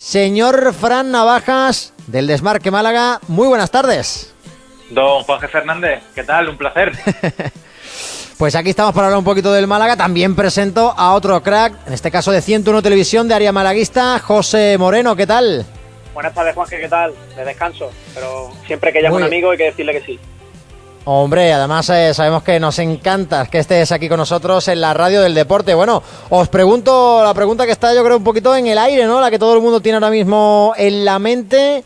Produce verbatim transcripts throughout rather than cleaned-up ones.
Señor Fran Navajas, del Desmarque Málaga, muy buenas tardes. Don Juanje Fernández, ¿qué tal? Un placer. Pues aquí estamos para hablar un poquito del Málaga. También presento a otro crack, en este caso de ciento uno Televisión, de área malaguista, José Moreno, ¿qué tal? Buenas tardes, Juanje, ¿qué tal? De descanso, pero siempre que llame Muy... un amigo hay que decirle que sí. Hombre, además eh, sabemos que nos encanta que estés aquí con nosotros en la radio del deporte. Bueno, os pregunto la pregunta que está yo creo un poquito en el aire, ¿no? La que todo el mundo tiene ahora mismo en la mente.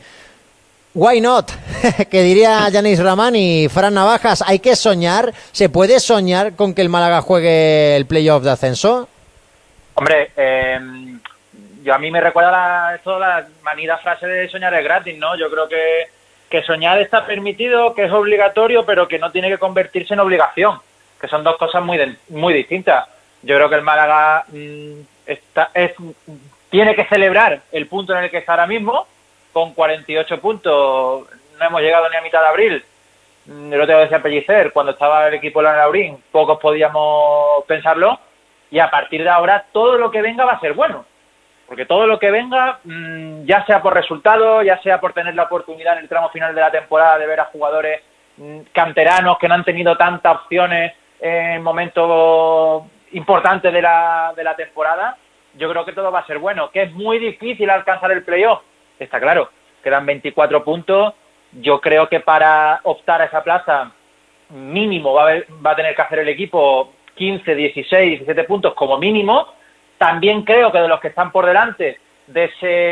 Why not? Que diría Yanis Rahman y Fran Navajas. ¿Hay que soñar? ¿Se puede soñar con que el Málaga juegue el playoff de ascenso? Hombre, eh, yo a mí me recuerda la, esto, la manida frase de soñar es gratis, ¿no? Yo creo que que soñar está permitido, que es obligatorio, pero que no tiene que convertirse en obligación, que son dos cosas muy de, muy distintas. Yo creo que el Málaga mmm, está, es, tiene que celebrar el punto en el que está ahora mismo, con cuarenta y ocho puntos, no hemos llegado ni a mitad de abril. El otro día decía Pellicer, cuando estaba el equipo de la Laurín, pocos podíamos pensarlo, y a partir de ahora todo lo que venga va a ser bueno. Porque todo lo que venga, mmm, ya sea por resultados, ya sea por tener la oportunidad en el tramo final de la temporada de ver a jugadores mmm, canteranos que no han tenido tantas opciones en momentos importantes de la, de la temporada, yo creo que todo va a ser bueno. Que es muy difícil alcanzar el playoff, está claro, quedan veinticuatro puntos, yo creo que para optar a esa plaza mínimo va a, haber, va a tener que hacer el equipo quince, dieciséis, diecisiete puntos como mínimo. También creo que de los que están por delante, de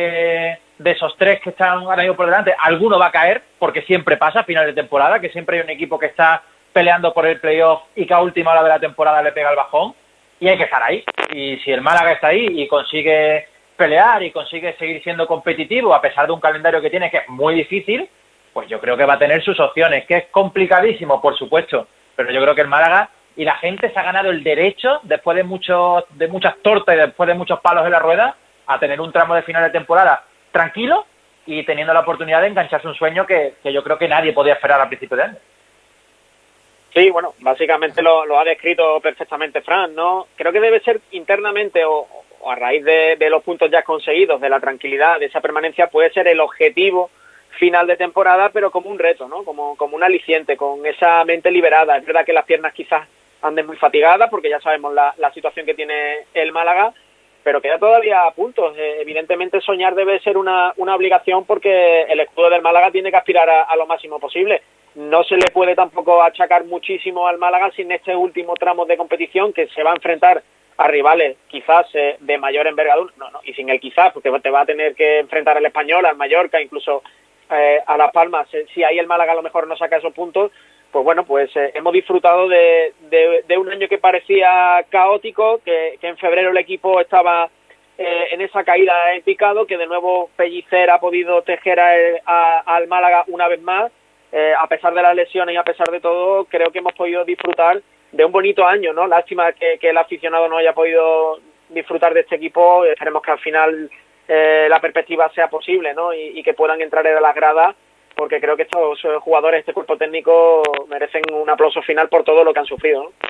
ese de esos tres que están ahora mismo por delante, alguno va a caer, porque siempre pasa a final de temporada, que siempre hay un equipo que está peleando por el playoff y que a última hora de la temporada le pega el bajón, y hay que estar ahí. Y si el Málaga está ahí y consigue pelear y consigue seguir siendo competitivo, a pesar de un calendario que tiene que es muy difícil, pues yo creo que va a tener sus opciones, que es complicadísimo, por supuesto, pero yo creo que el Málaga y la gente se ha ganado el derecho, después de muchos de muchas tortas y después de muchos palos en la rueda, a tener un tramo de final de temporada tranquilo y teniendo la oportunidad de engancharse un sueño que, que yo creo que nadie podía esperar al principio de año. Sí, bueno, básicamente lo, lo ha descrito perfectamente Fran, ¿no? Creo que debe ser internamente o, o a raíz de, de los puntos ya conseguidos, de la tranquilidad, de esa permanencia, puede ser el objetivo final de temporada, pero como un reto, ¿no? Como, como un aliciente, con esa mente liberada. Es verdad que las piernas quizás anden muy fatigadas, porque ya sabemos la, la situación que tiene el Málaga, pero queda todavía a puntos. Eh, evidentemente soñar debe ser una, una obligación, porque el escudo del Málaga tiene que aspirar a, a lo máximo posible. No se le puede tampoco achacar muchísimo al Málaga sin este último tramo de competición, que se va a enfrentar a rivales quizás eh, de mayor envergadura, no, no, y sin el quizás, porque te va a tener que enfrentar al Español, al Mallorca, incluso eh, a Las Palmas. Si ahí el Málaga a lo mejor no saca esos puntos, pues bueno, pues eh, hemos disfrutado de, de, de un año que parecía caótico, que, que en febrero el equipo estaba eh, en esa caída en picado, que de nuevo Pellicer ha podido tejer a, a, al Málaga una vez más. Eh, a pesar de las lesiones y a pesar de todo, creo que hemos podido disfrutar de un bonito año, ¿no? Lástima que, que el aficionado no haya podido disfrutar de este equipo. Esperemos que al final eh, la perspectiva sea posible, ¿no? Y, y que puedan entrar en las gradas, porque creo que estos jugadores, este cuerpo técnico, merecen un aplauso final por todo lo que han sufrido, ¿no?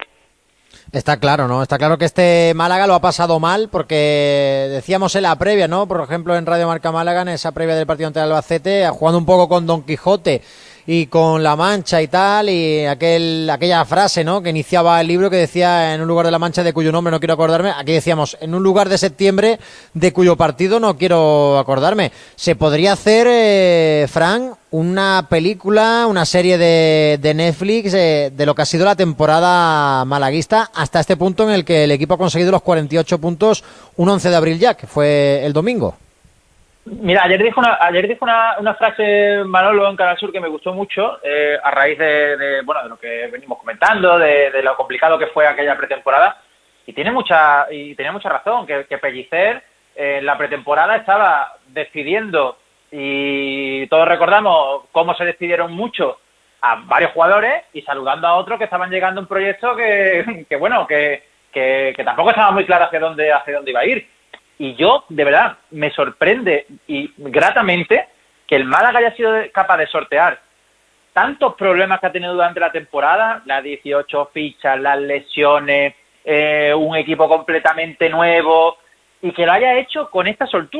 Está claro, ¿no? Está claro que este Málaga lo ha pasado mal, porque decíamos en la previa, ¿no? Por ejemplo, en Radio Marca Málaga, en esa previa del partido ante el Albacete, jugando un poco con Don Quijote y con La Mancha y tal, y aquel aquella frase, ¿no?, que iniciaba el libro, que decía: en un lugar de La Mancha de cuyo nombre no quiero acordarme. Aquí decíamos: en un lugar de septiembre de cuyo partido no quiero acordarme. Se podría hacer, eh, Fran, una película, una serie de, de Netflix eh, de lo que ha sido la temporada malaguista hasta este punto, en el que el equipo ha conseguido los cuarenta y ocho puntos un once de abril ya, que fue el domingo. Mira, ayer dijo una, ayer dijo una, una frase Manolo en Canal Sur que me gustó mucho, eh, a raíz de, de, bueno, de lo que venimos comentando, de, de lo complicado que fue aquella pretemporada, y tiene mucha y tenía mucha razón, que, que Pellicer eh, en la pretemporada estaba despidiendo, y todos recordamos cómo se despidieron mucho a varios jugadores y saludando a otros que estaban llegando a un proyecto que, que bueno, que, que, que tampoco estaba muy claro hacia dónde, hacia dónde iba a ir. Y yo, de verdad, me sorprende y gratamente que el Málaga haya sido capaz de sortear tantos problemas que ha tenido durante la temporada, las dieciocho fichas, las lesiones, eh, un equipo completamente nuevo, y que lo haya hecho con esta soltura.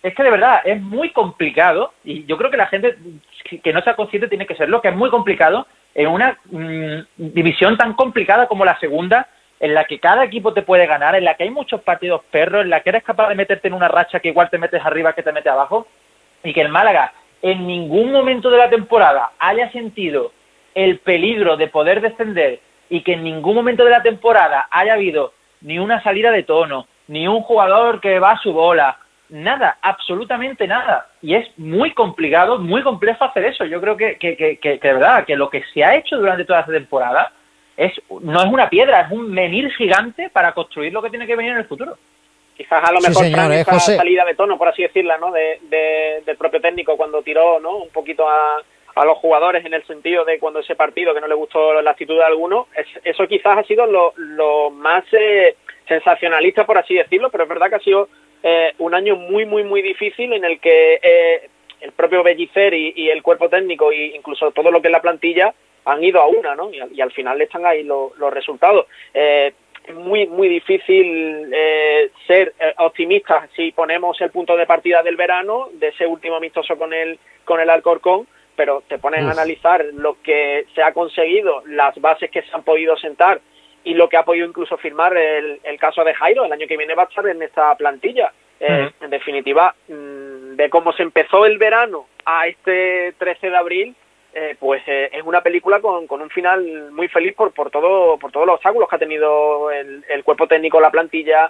es que de verdad es muy complicado, y yo creo que la gente que no sea consciente tiene que serlo, que es muy complicado en una mmm, división tan complicada como la segunda, en la que cada equipo te puede ganar, en la que hay muchos partidos perros, en la que eres capaz de meterte en una racha que igual te metes arriba que te mete abajo, y que el Málaga en ningún momento de la temporada haya sentido el peligro de poder descender, y que en ningún momento de la temporada haya habido ni una salida de tono, ni un jugador que va a su bola, nada, absolutamente nada. Y es muy complicado, muy complejo hacer eso. Yo creo que, que, que, que, que de verdad, que lo que se ha hecho durante toda esta temporada es no es una piedra, es un menir gigante para construir lo que tiene que venir en el futuro. Quizás a lo mejor sí, señor, Fran, eh, esa José. salida de tono, por así decirla, ¿no? De, de, del propio técnico cuando tiró, ¿no? Un poquito a, a los jugadores en el sentido de cuando ese partido que no le gustó la actitud de alguno, es, eso quizás ha sido lo, lo más eh, sensacionalista, por así decirlo, pero es verdad que ha sido eh, un año muy, muy, muy difícil en el que eh, el propio Pellicer y, y el cuerpo técnico e incluso todo lo que es la plantilla han ido a una, ¿no? Y, y al final están ahí los, los resultados. Eh, es muy, muy difícil eh, ser eh, optimistas si ponemos el punto de partida del verano, de ese último amistoso con el, con el Alcorcón, pero te pones Uf. a analizar lo que se ha conseguido, las bases que se han podido sentar y lo que ha podido incluso firmar el, el caso de Jairo. El año que viene va a estar en esta plantilla. Eh, uh-huh. En definitiva, mmm, de cómo se empezó el verano a este trece de abril, eh, pues eh, es una película con, con un final muy feliz por, por, todo, por todos los obstáculos que ha tenido el, el cuerpo técnico, la plantilla.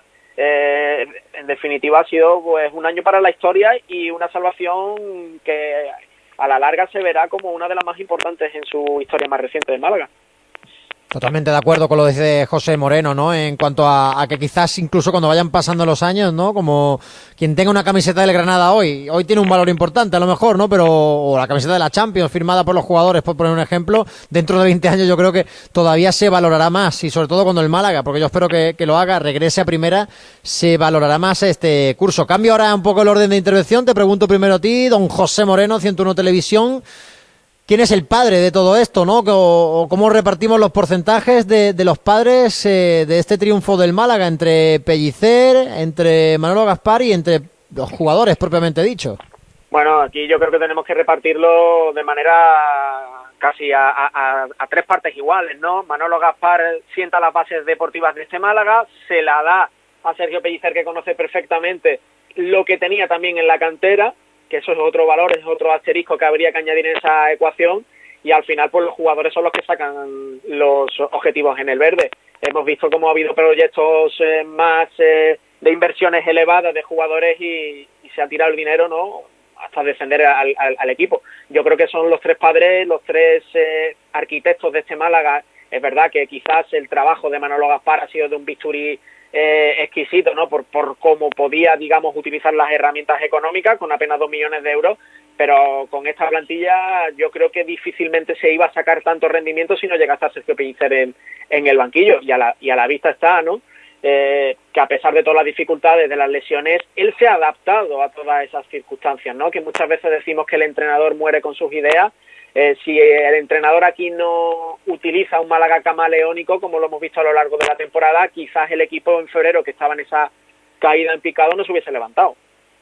Eh, en definitiva ha sido pues un año para la historia y una salvación que a la larga se verá como una de las más importantes en su historia más reciente de Málaga. Totalmente de acuerdo con lo que dice José Moreno, ¿no? En cuanto a, a que quizás incluso cuando vayan pasando los años, ¿no? Como quien tenga una camiseta del Granada hoy, hoy tiene un valor importante a lo mejor, ¿no? Pero, o la camiseta de la Champions firmada por los jugadores, por poner un ejemplo, dentro de veinte años yo creo que todavía se valorará más, y sobre todo cuando el Málaga, porque yo espero que, que lo haga, regrese a primera, se valorará más este curso. Cambio ahora un poco el orden de intervención, te pregunto primero a ti, don José Moreno, ciento uno Televisión. ¿Quién es el padre de todo esto, no? ¿O cómo repartimos los porcentajes de, de los padres eh, de este triunfo del Málaga entre Pellicer, entre Manolo Gaspar y entre los jugadores propiamente dicho? Bueno, aquí yo creo que tenemos que repartirlo de manera casi a, a, a tres partes iguales, ¿no? Manolo Gaspar sienta las bases deportivas de este Málaga, se la da a Sergio Pellicer, que conoce perfectamente lo que tenía también en la cantera, que eso es otro valor, es otro asterisco que habría que añadir en esa ecuación, y al final pues los jugadores son los que sacan los objetivos en el verde. Hemos visto cómo ha habido proyectos eh, más eh, de inversiones elevadas de jugadores y, y se ha tirado el dinero, ¿no?, hasta descender al, al, al equipo. Yo creo que son los tres padres, los tres eh, arquitectos de este Málaga. Es verdad que quizás el trabajo de Manolo Gaspar ha sido de un bisturí Eh, exquisito, ¿no? Por, por cómo podía, digamos, utilizar las herramientas económicas con apenas dos millones de euros, pero con esta plantilla yo creo que difícilmente se iba a sacar tanto rendimiento si no llega a estar Sergio Pellicer en, en el banquillo, y a la, y a la vista está, ¿no? Eh, que a pesar de todas las dificultades de las lesiones, él se ha adaptado a todas esas circunstancias, ¿no? Que muchas veces decimos que el entrenador muere con sus ideas. Eh, si el entrenador aquí no utiliza un Málaga camaleónico, como lo hemos visto a lo largo de la temporada, quizás el equipo en febrero, que estaba en esa caída en picado, no se hubiese levantado.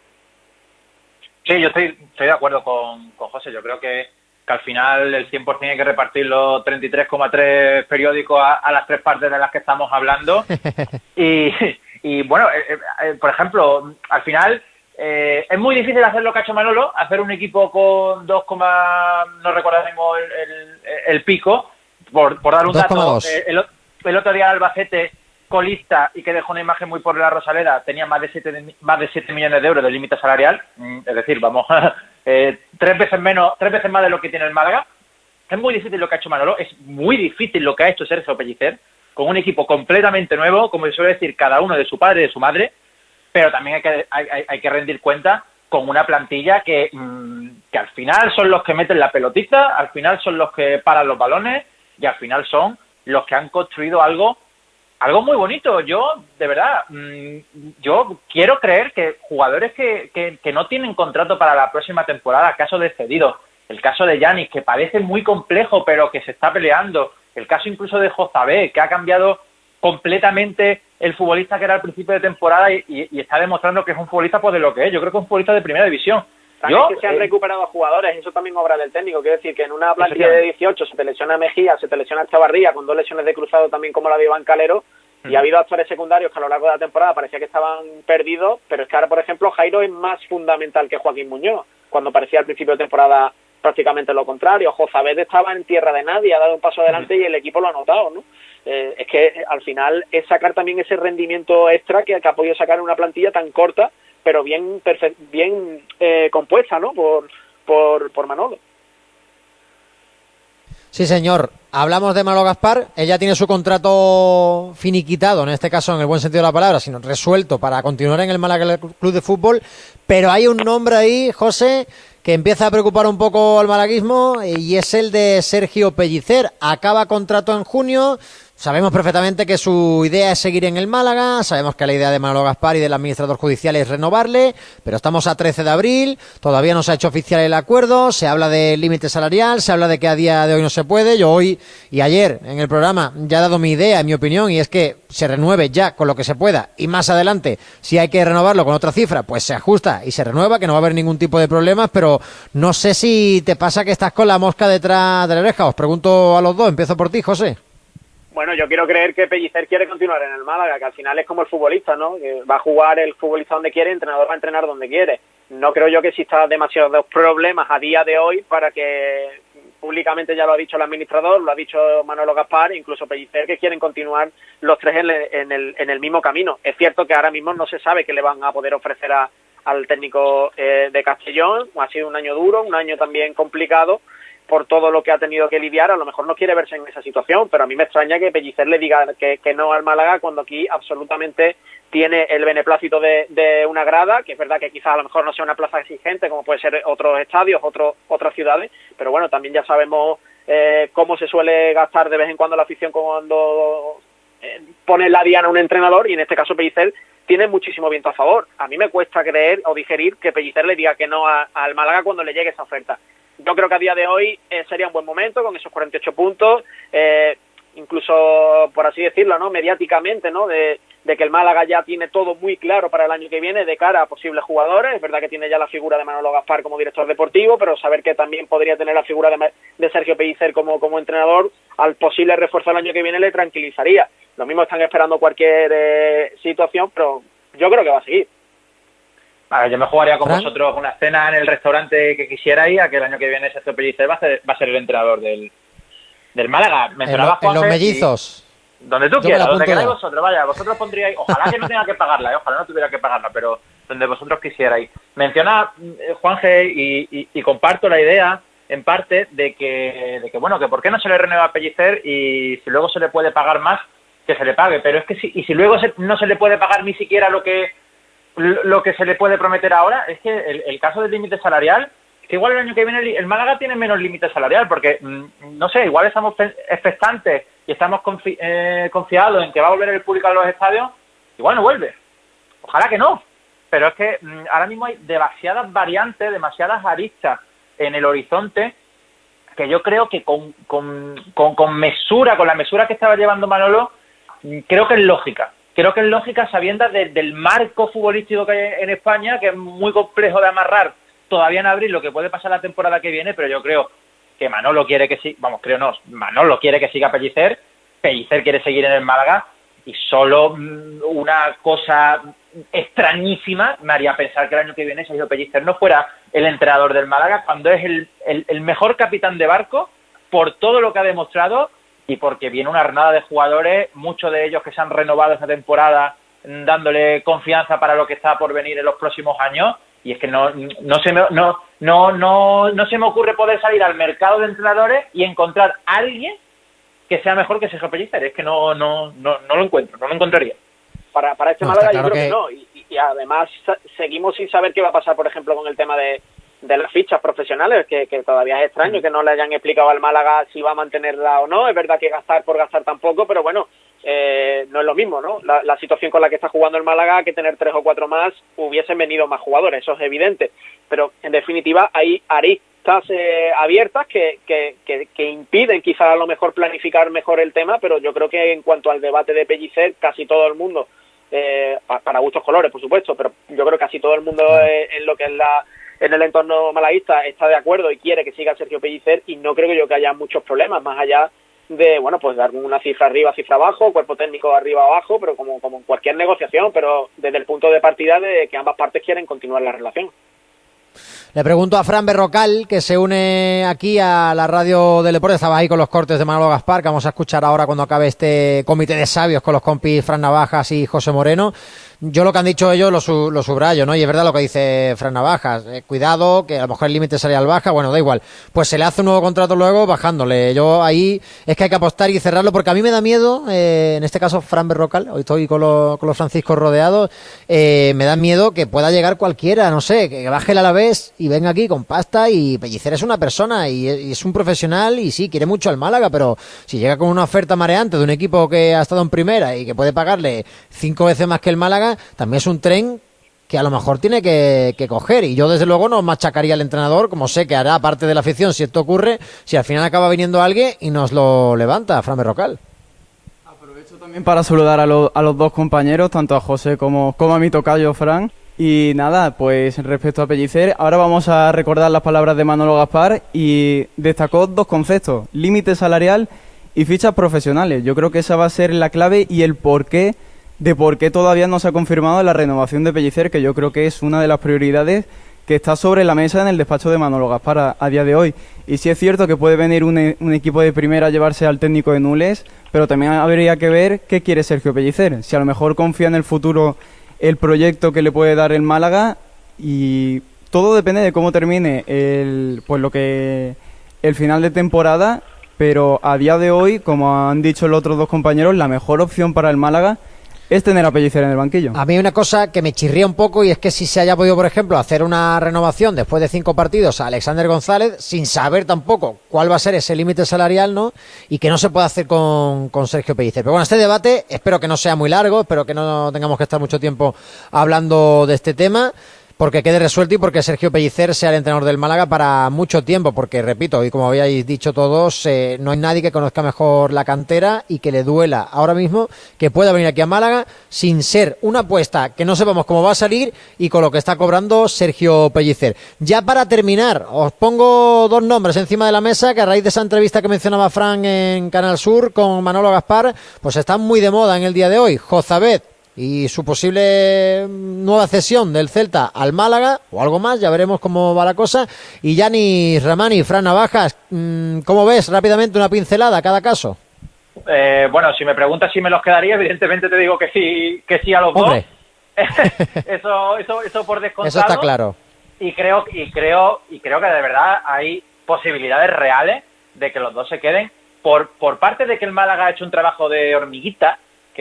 Sí, yo estoy, estoy de acuerdo con, con José. Yo creo que, que al final el cien por ciento hay que repartir los treinta y tres coma tres periódicos a, a las tres partes de las que estamos hablando. y, y bueno, eh, eh, por ejemplo, al final Eh, es muy difícil hacer lo que ha hecho Manolo, hacer un equipo con dos, no recordaremos el, el, el pico, por, por dar un dato. Eh, el, el otro día el Albacete, colista y que dejó una imagen muy por la Rosaleda, tenía más de siete, más de siete millones de euros de límite salarial, es decir, vamos, eh, tres veces menos, tres veces más de lo que tiene el Málaga. Es muy difícil lo que ha hecho Manolo, es muy difícil lo que ha hecho Sergio Pellicer, con un equipo completamente nuevo, como se suele decir, cada uno de su padre y de su madre, pero también hay que hay, hay que rendir cuenta con una plantilla que, mmm, que al final son los que meten la pelotita, al final son los que paran los balones y al final son los que han construido algo algo muy bonito. Yo, de verdad, mmm, yo quiero creer que jugadores que, que, que no tienen contrato para la próxima temporada, caso de cedidos, el caso de Yanis, que parece muy complejo pero que se está peleando, el caso incluso de Jozabé, que ha cambiado completamente el futbolista que era al principio de temporada y, y, y está demostrando que es un futbolista pues de lo que es. Yo creo que es un futbolista de primera división. También Yo, que se han eh, recuperado jugadores, eso también obra del técnico. Quiero decir que en una plantilla de dieciocho se te lesiona Mejía, se te lesiona Chavarría, con dos lesiones de cruzado también como la de Iván Calero, y ha habido actores secundarios que a lo largo de la temporada parecía que estaban perdidos, pero es que ahora, por ejemplo, Jairo es más fundamental que Joaquín Muñoz, cuando parecía al principio de temporada prácticamente lo contrario. Jozabed estaba en tierra de nadie, ha dado un paso adelante y el equipo lo ha notado, ¿no? Eh, es que eh, al final es sacar también ese rendimiento extra que, que ha podido sacar en una plantilla tan corta, pero bien perfe- bien eh, compuesta, ¿no? Por, por, por Manolo. Sí, señor. Hablamos de Manolo Gaspar. Ella tiene su contrato finiquitado, en este caso en el buen sentido de la palabra, sino resuelto para continuar en el Málaga Club de Fútbol. Pero hay un nombre ahí, José, que empieza a preocupar un poco al malaguismo, y es el de Sergio Pellicer. Acaba contrato en junio. Sabemos perfectamente que su idea es seguir en el Málaga, sabemos que la idea de Manolo Gaspar y del administrador judicial es renovarle, pero estamos a trece de abril, todavía no se ha hecho oficial el acuerdo, se habla de límite salarial, se habla de que a día de hoy no se puede. Yo hoy y ayer en el programa ya he dado mi idea, mi opinión, y es que se renueve ya con lo que se pueda, y más adelante, si hay que renovarlo con otra cifra, pues se ajusta y se renueva, que no va a haber ningún tipo de problemas. Pero no sé si te pasa que estás con la mosca detrás de la oreja. Os pregunto a los dos, empiezo por ti, José. Bueno, yo quiero creer que Pellicer quiere continuar en el Málaga, que al final es como el futbolista, ¿no? Que va a jugar el futbolista donde quiere, el entrenador va a entrenar donde quiere. No creo yo que exista demasiados problemas a día de hoy para que, públicamente ya lo ha dicho el administrador, lo ha dicho Manolo Gaspar, incluso Pellicer, que quieren continuar los tres en el, en el, en el mismo camino. Es cierto que ahora mismo no se sabe qué le van a poder ofrecer a, al técnico eh, de Castellón. Ha sido un año duro, un año también complicado, por todo lo que ha tenido que lidiar. A lo mejor no quiere verse en esa situación, pero a mí me extraña que Pellicer le diga que, que no al Málaga cuando aquí absolutamente tiene el beneplácito de, de una grada, que es verdad que quizás a lo mejor no sea una plaza exigente como puede ser otros estadios, otros otras ciudades, pero bueno, también ya sabemos eh, cómo se suele gastar de vez en cuando la afición cuando eh, pone la diana a un entrenador, y en este caso Pellicer tiene muchísimo viento a favor. A mí me cuesta creer o digerir que Pellicer le diga que no a, al Málaga cuando le llegue esa oferta. Yo creo que a día de hoy eh, sería un buen momento con esos cuarenta y ocho puntos, eh, incluso, por así decirlo, ¿no? mediáticamente, ¿no? De, de que el Málaga ya tiene todo muy claro para el año que viene de cara a posibles jugadores. Es verdad que tiene ya la figura de Manolo Gaspar como director deportivo, pero saber que también podría tener la figura de, de Sergio Pellicer como, como entrenador al posible refuerzo el año que viene le tranquilizaría. Lo mismo están esperando cualquier eh, situación, pero yo creo que va a seguir. Vale, yo me jugaría con ¿Fran? vosotros una cena en el restaurante que quisierais, a que el año que viene Sergio Pellicer va a ser, va a ser el entrenador del, del Málaga. Me En, lo, en los mellizos. Y, donde tú Yo quieras, me la donde apunto queráis ya. vosotros, vaya, vosotros pondríais, ojalá que no tenga que pagarla, eh, ojalá no tuviera que pagarla, pero donde vosotros quisierais. Menciona eh, Juanje, y, y, y comparto la idea, en parte, de que, de que, bueno, que por qué no se le renueva a Pellicer, y si luego se le puede pagar más, que se le pague, pero es que si, y si luego se, no se le puede pagar ni siquiera lo que lo que se le puede prometer ahora, es que el, el caso del límite salarial, que igual el año que viene el, el Málaga tiene menos límite salarial, porque, mmm, no sé, igual estamos expectantes y estamos confi eh, confiados en que va a volver el público a los estadios, igual no vuelve. Ojalá que no, pero es que mmm, ahora mismo hay demasiadas variantes, demasiadas aristas en el horizonte, que yo creo que con, con, con, con mesura, con la mesura que estaba llevando Manolo, creo que es lógica. Creo que es lógica sabiendo de, del marco futbolístico que hay en España, que es muy complejo de amarrar todavía en abril lo que puede pasar la temporada que viene, pero yo creo que Manolo quiere que siga, vamos, creo no, Manolo quiere que siga Pellicer, Pellicer quiere seguir en el Málaga, y solo mmm, una cosa extrañísima me haría pensar que el año que viene Sergio Pellicer no fuera el entrenador del Málaga, cuando es el, el, el mejor capitán de barco por todo lo que ha demostrado, y porque viene una renada de jugadores, muchos de ellos que se han renovado esta temporada, dándole confianza para lo que está por venir en los próximos años, y es que no no se me no no no no se me ocurre poder salir al mercado de entrenadores y encontrar a alguien que sea mejor que Sergio Pellicer. Es que no no no no lo encuentro, no lo encontraría. Para para este No, Málaga claro yo creo que... que no, y, y además seguimos sin saber qué va a pasar, por ejemplo, con el tema de de las fichas profesionales, que, que todavía es extraño que no le hayan explicado al Málaga si va a mantenerla o no. Es verdad que gastar por gastar tampoco, pero bueno, eh, no es lo mismo, ¿no? La, la situación con la que está jugando el Málaga, que tener tres o cuatro más, hubiesen venido más jugadores, eso es evidente, pero en definitiva hay aristas aristas eh, abiertas que, que, que, que impiden quizás a lo mejor planificar mejor el tema, pero yo creo que en cuanto al debate de Pellicer, casi todo el mundo, eh, para gustos colores, por supuesto, pero yo creo que casi todo el mundo eh, en lo que es la en el entorno malaguista está de acuerdo y quiere que siga Sergio Pellicer, y no creo yo que haya muchos problemas, más allá de, bueno, pues dar una cifra arriba, cifra abajo, cuerpo técnico arriba abajo, pero como, como en cualquier negociación, pero desde el punto de partida de que ambas partes quieren continuar la relación. Le pregunto a Fran Berrocal, que se une aquí a la radio del deporte. Estaba ahí con los cortes de Manolo Gaspar, que vamos a escuchar ahora cuando acabe este comité de sabios con los compis Fran Navajas y José Moreno. Yo lo que han dicho ellos lo, su, lo subrayo, ¿no? Y es verdad lo que dice Fran Navajas. Eh, cuidado, que a lo mejor el límite salarial baja. Bueno, da igual. Pues se le hace un nuevo contrato luego bajándole. Yo ahí es que hay que apostar y cerrarlo, porque a mí me da miedo, eh, en este caso Fran Berrocal, hoy estoy con, lo, con los franciscos rodeados, eh, me da miedo que pueda llegar cualquiera, no sé, que baje el Alavés y venga aquí con pasta, y Pellicer es una persona y es, y es un profesional y sí, quiere mucho al Málaga, pero si llega con una oferta mareante de un equipo que ha estado en primera y que puede pagarle cinco veces más que el Málaga, también es un tren que a lo mejor tiene que, que coger, y yo desde luego no machacaría al entrenador, como sé que hará parte de la afición si esto ocurre, si al final acaba viniendo alguien y nos lo levanta, Fran Berrocal. Aprovecho también para saludar a, lo, a los dos compañeros, tanto a José como, como a mi tocayo Fran. Y nada, pues respecto a Pellicer, ahora vamos a recordar las palabras de Manolo Gaspar, y destacó dos conceptos: límite salarial y fichas profesionales. Yo creo que esa va a ser la clave y el porqué de por qué todavía no se ha confirmado la renovación de Pellicer, que yo creo que es una de las prioridades que está sobre la mesa en el despacho de Manolo Gaspar a, a día de hoy. Y sí es cierto que puede venir un, un equipo de primera a llevarse al técnico de Nules, pero también habría que ver qué quiere Sergio Pellicer, si a lo mejor confía en el futuro el proyecto que le puede dar el Málaga, y todo depende de cómo termine el, pues lo que el final de temporada, pero a día de hoy, como han dicho los otros dos compañeros, la mejor opción para el Málaga es tener a Pellicer en el banquillo. A mí hay una cosa que me chirría un poco, y es que si se haya podido, por ejemplo, hacer una renovación después de cinco partidos a Alexander González, sin saber tampoco cuál va a ser ese límite salarial, ¿no? Y que no se puede hacer con, con Sergio Pellicer. Pero bueno, este debate espero que no sea muy largo, espero que no tengamos que estar mucho tiempo hablando de este tema, porque quede resuelto y porque Sergio Pellicer sea el entrenador del Málaga para mucho tiempo, porque repito, y como habíais dicho todos, eh, no hay nadie que conozca mejor la cantera y que le duela ahora mismo que pueda venir aquí a Málaga sin ser una apuesta que no sepamos cómo va a salir y con lo que está cobrando Sergio Pellicer. Ya para terminar, os pongo dos nombres encima de la mesa que a raíz de esa entrevista que mencionaba Fran en Canal Sur con Manolo Gaspar, pues están muy de moda en el día de hoy. Jozabed y su posible nueva cesión del Celta al Málaga, o algo más, ya veremos cómo va la cosa. Y Yanis Ramani, Fran Navajas, ¿cómo ves rápidamente una pincelada a cada caso? Eh, bueno, si me preguntas si me los quedaría, evidentemente te digo que sí, que sí a los Hombre. dos. eso, eso, eso por descontado. Eso está claro. Y creo, y creo, y creo que de verdad hay posibilidades reales de que los dos se queden, por, por parte de que el Málaga ha hecho un trabajo de hormiguita,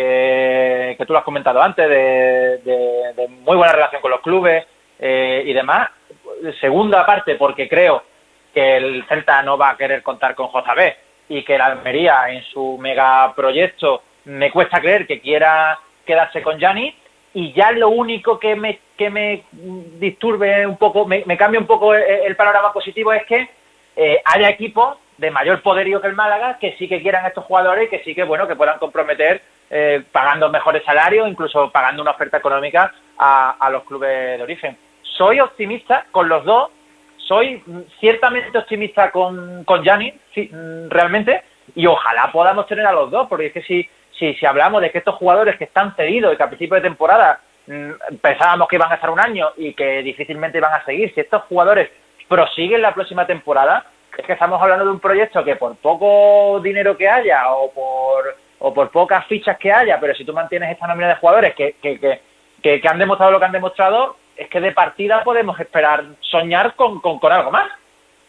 que, que tú lo has comentado antes, de, de, de muy buena relación con los clubes eh, y demás. Segunda parte, porque creo que el Celta no va a querer contar con Jozabed, y que la Almería en su megaproyecto me cuesta creer que quiera quedarse con Gianni. Y ya lo único que me, que me disturbe un poco, me, me cambia un poco el, el panorama positivo, es que eh, haya equipos de mayor poderío que el Málaga que sí que quieran estos jugadores y que sí que, bueno, que puedan comprometer eh, pagando mejores salarios, incluso pagando una oferta económica a, a los clubes de origen. Soy optimista con los dos, soy ciertamente optimista con, con Gianni, sí, realmente, y ojalá podamos tener a los dos, porque es que si, si, si hablamos de que estos jugadores que están cedidos y que a principio de temporada mmm, pensábamos que iban a estar un año y que difícilmente iban a seguir, si estos jugadores prosiguen la próxima temporada, es que estamos hablando de un proyecto que por poco dinero que haya o por o por pocas fichas que haya, pero si tú mantienes esta nómina de jugadores que, que, que, que, que han demostrado lo que han demostrado, es que de partida podemos esperar soñar con, con, con algo más.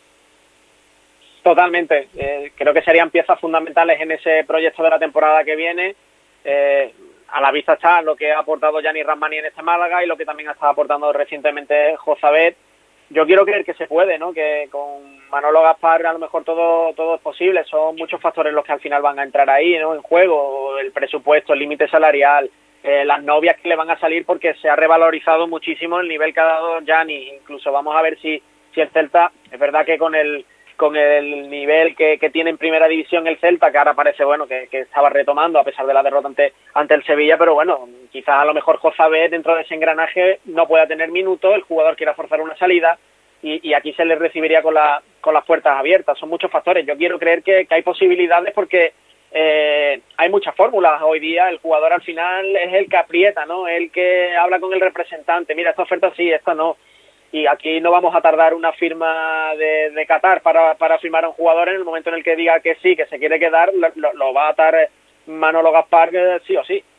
Totalmente. Eh, creo que serían piezas fundamentales en ese proyecto de la temporada que viene. Eh, a la vista está lo que ha aportado Yanis Ramani en este Málaga y lo que también ha estado aportando recientemente Jozabed. Yo quiero creer que se puede, ¿no? Que con Manolo Gaspar a lo mejor todo todo es posible. Son muchos factores los que al final van a entrar ahí, ¿no? En juego, el presupuesto, el límite salarial, eh, las novias que le van a salir, porque se ha revalorizado muchísimo el nivel que ha dado Gianni. Incluso vamos a ver si si el Celta, es verdad que con el con el nivel que, que tiene en primera división el Celta, que ahora parece bueno que, que estaba retomando a pesar de la derrota ante, ante el Sevilla, pero bueno, quizás a lo mejor Jozabé dentro de ese engranaje no pueda tener minutos, el jugador quiera forzar una salida y, y aquí se le recibiría con, la, con las puertas abiertas. Son muchos factores. Yo quiero creer que, que hay posibilidades porque eh, hay muchas fórmulas hoy día. El jugador al final es el que aprieta, ¿no? El que habla con el representante, mira, esta oferta sí, esta no. Y aquí no vamos a tardar una firma de, de Qatar para, para firmar a un jugador. En el momento en el que diga que sí, que se quiere quedar, lo, lo, lo va a atar Manolo Gaspar sí o sí.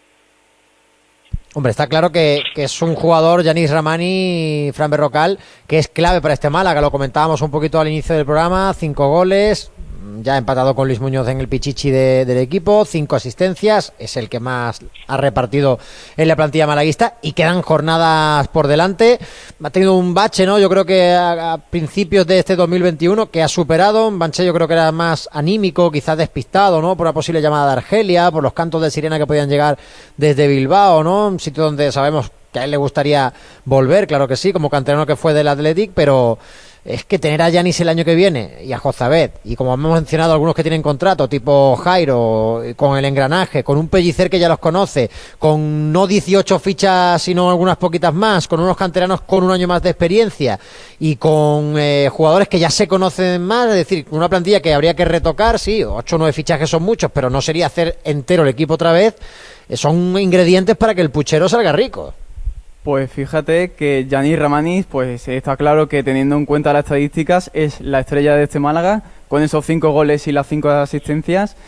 Hombre, está claro que, que es un jugador, Yanis Ramani, Fran Berrocal, que es clave para este Málaga. Lo comentábamos un poquito al inicio del programa, cinco goles, ya empatado con Luis Muñoz en el pichichi de, del equipo, cinco asistencias, es el que más ha repartido en la plantilla malaguista y quedan jornadas por delante. Ha tenido un bache, ¿no? Yo creo que a, a principios de este dos mil veintiuno que ha superado, un bache yo creo que era más anímico, quizás despistado, ¿no? Por la posible llamada de Argelia, por los cantos de sirena que podían llegar desde Bilbao, ¿no? Un sitio donde sabemos que a él le gustaría volver, claro que sí, como canterano que fue del Athletic, pero es que tener a Yanis el año que viene y a Jozabet, y como hemos mencionado algunos que tienen contrato, tipo Jairo, con el engranaje, con un Pellicer que ya los conoce, con no dieciocho fichas sino algunas poquitas más, con unos canteranos con un año más de experiencia y con eh, jugadores que ya se conocen más, es decir, una plantilla que habría que retocar, sí, ocho o nueve fichajes son muchos, pero no sería hacer entero el equipo otra vez, eh, son ingredientes para que el puchero salga rico. Pues fíjate que Yanis Ramani, pues está claro que teniendo en cuenta las estadísticas es la estrella de este Málaga, con esos cinco goles y las cinco asistencias,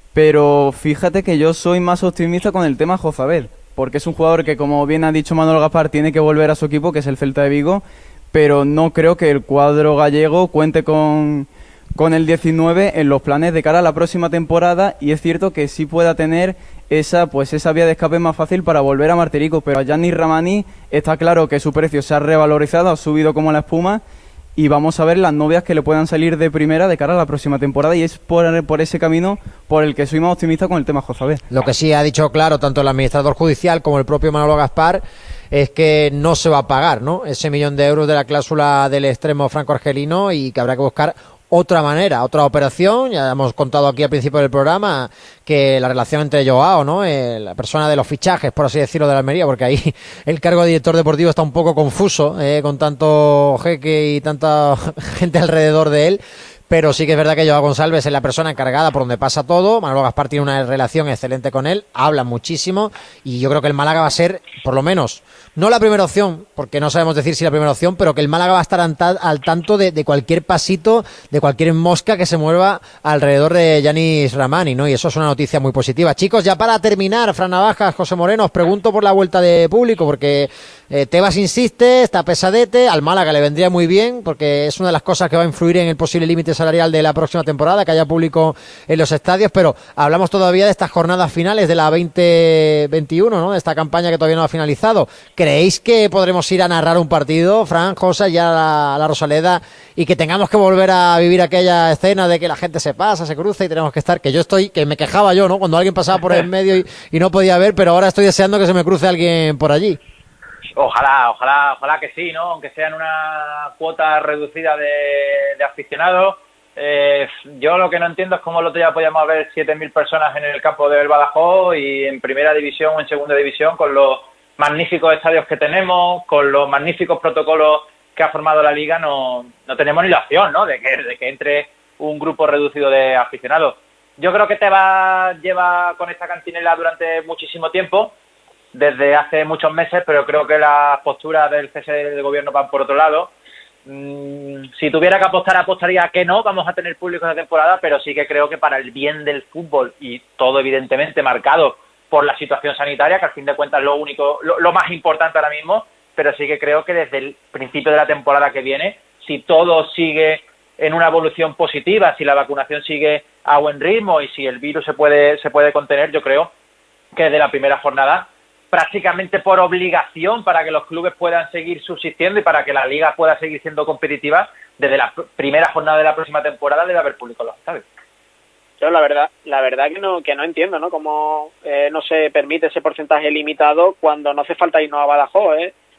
pero fíjate que yo soy más optimista con el tema Jozabet, porque es un jugador que, como bien ha dicho Manuel Gaspar, tiene que volver a su equipo, que es el Celta de Vigo, pero no creo que el cuadro gallego cuente con, con el diecinueve en los planes de cara a la próxima temporada, y es cierto que sí pueda tener esa pues esa vía de escape más fácil para volver a Martirico, pero a Yanis Ramani está claro que su precio se ha revalorizado, ha subido como la espuma, y vamos a ver las novias que le puedan salir de primera de cara a la próxima temporada, y es por, por ese camino por el que soy más optimista con el tema Jozabet. Lo que sí ha dicho claro tanto el administrador judicial como el propio Manolo Gaspar es que no se va a pagar, ¿no?, ese millón de euros de la cláusula del extremo franco-argelino, y que habrá que buscar otra manera, otra operación. Ya hemos contado aquí al principio del programa que la relación entre Joao, ¿no?, eh, la persona de los fichajes, por así decirlo, de la Almería, porque ahí el cargo de director deportivo está un poco confuso, eh, con tanto jeque y tanta gente alrededor de él. Pero sí que es verdad que Joao González es la persona encargada por donde pasa todo. Manolo Gaspar tiene una relación excelente con él, habla muchísimo, y yo creo que el Málaga va a ser, por lo menos, no la primera opción, porque no sabemos decir si la primera opción, pero que el Málaga va a estar al tanto de, de cualquier pasito, de cualquier mosca que se mueva alrededor de Yanis Ramani, ¿no? Y eso es una noticia muy positiva. Chicos, ya para terminar, Fran Navajas, José Moreno, os pregunto por la vuelta de público, porque eh, Tebas insiste, está pesadete, al Málaga le vendría muy bien, porque es una de las cosas que va a influir en el posible límite salarial de la próxima temporada, que haya público en los estadios, pero hablamos todavía de estas jornadas finales de la veinte veintiuno, ¿no?, de esta campaña que todavía no ha finalizado. ¿Creéis que podremos ir a narrar un partido, Fran, José, ya a la, a la Rosaleda, y que tengamos que volver a vivir aquella escena de que la gente se pasa, se cruza y tenemos que estar, que yo estoy, que me quejaba yo, ¿no?, cuando alguien pasaba por el medio y, y no podía ver, pero ahora estoy deseando que se me cruce alguien por allí? Ojalá, ojalá, ojalá que sí, ¿no?, aunque sea en una cuota reducida de, de aficionados. Eh, yo lo que no entiendo es cómo el otro día podíamos ver siete mil personas en el campo del Badajoz, y en primera división o en segunda división, con los magníficos estadios que tenemos, con los magníficos protocolos que ha formado la Liga, no, no tenemos ni la opción, ¿no?, de que, de que entre un grupo reducido de aficionados. Yo creo que Tebas lleva con esta cantinela durante muchísimo tiempo, desde hace muchos meses, pero creo que las posturas del C S del gobierno van por otro lado. Si tuviera que apostar, apostaría que no vamos a tener público esta temporada, pero sí que creo que para el bien del fútbol, y todo evidentemente marcado por la situación sanitaria, que al fin de cuentas es lo único, lo, lo más importante ahora mismo, pero sí que creo que desde el principio de la temporada que viene, si todo sigue en una evolución positiva, si la vacunación sigue a buen ritmo y si el virus se puede, se puede contener, yo creo que desde la primera jornada, prácticamente por obligación, para que los clubes puedan seguir subsistiendo y para que la Liga pueda seguir siendo competitiva, desde la primera jornada de la próxima temporada debe haber público en los estadios. Yo la verdad, la verdad que no, que no entiendo, ¿no?, cómo eh, no se permite ese porcentaje limitado cuando no hace falta irnos a Badajoz, ¿eh?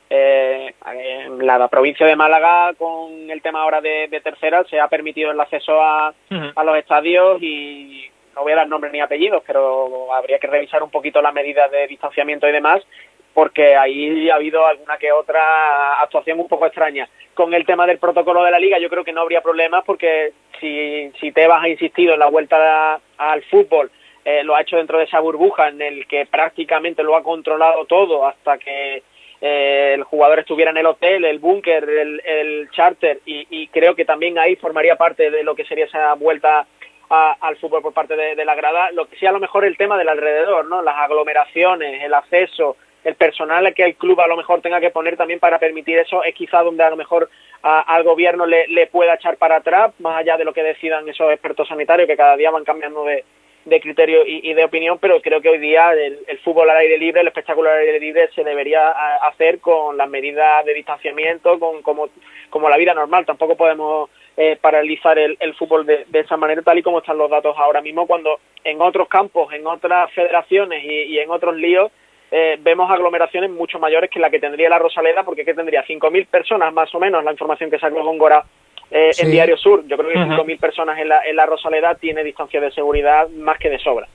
eh, en la provincia de Málaga, con el tema ahora de, de tercera, se ha permitido el acceso a, uh-huh. a los estadios y no voy a dar nombres ni apellidos, pero habría que revisar un poquito las medidas de distanciamiento y demás, porque ahí ha habido alguna que otra actuación un poco extraña. Con el tema del protocolo de la Liga yo creo que no habría problemas, porque si, si Tebas ha insistido en la vuelta a, al fútbol, eh, lo ha hecho dentro de esa burbuja en el que prácticamente lo ha controlado todo hasta que eh, el jugador estuviera en el hotel, el búnker, el, el charter, y, y creo que también ahí formaría parte de lo que sería esa vuelta a, al fútbol por parte de, de la grada. Lo que sí, a lo mejor el tema del alrededor, ¿no? Las aglomeraciones, el acceso, el personal que el club a lo mejor tenga que poner también para permitir eso, es quizá donde a lo mejor a, al gobierno le, le pueda echar para atrás, más allá de lo que decidan esos expertos sanitarios que cada día van cambiando de, de criterio y, y de opinión, pero creo que hoy día el, el fútbol al aire libre, el espectáculo al aire libre se debería hacer con las medidas de distanciamiento, con como, como la vida normal. Tampoco podemos eh, paralizar el, el fútbol de, de esa manera, tal y como están los datos ahora mismo, cuando en otros campos, en otras federaciones y, y en otros líos, Eh, vemos aglomeraciones mucho mayores que la que tendría la Rosaleda, porque que tendría cinco mil personas más o menos, la información que sacó Góngora eh, sí. en Diario Sur. Yo creo que uh-huh. cinco mil personas en la, en la Rosaleda tiene distancia de seguridad más que de sobra.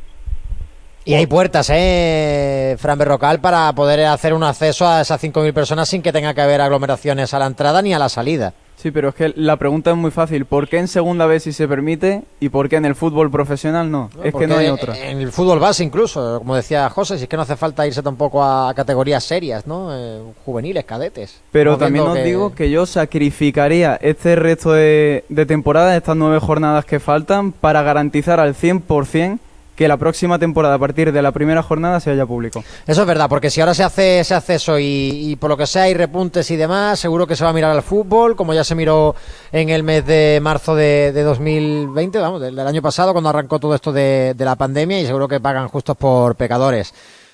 Y hay puertas, ¿eh, Fran Berrocal, para poder hacer un acceso a esas cinco mil personas sin que tenga que haber aglomeraciones a la entrada ni a la salida? Sí, pero es que la pregunta es muy fácil. ¿Por qué en segunda vez sí se permite y por qué en el fútbol profesional no? no es que no hay otra. En el fútbol base incluso, como decía José, si es que no hace falta irse tampoco a categorías serias, ¿no? Eh, juveniles, cadetes. Pero también os que... digo que yo sacrificaría este resto de, de temporada, estas nueve jornadas que faltan, para garantizar al cien por ciento que la próxima temporada, a partir de la primera jornada, se haya público. Eso es verdad, porque si ahora se hace ese acceso y, y por lo que sea hay repuntes y demás, seguro que se va a mirar al fútbol, como ya se miró en el mes de marzo de, de dos mil veinte, vamos, del, del año pasado, cuando arrancó todo esto de, de la pandemia, y seguro que pagan justos por pecadores.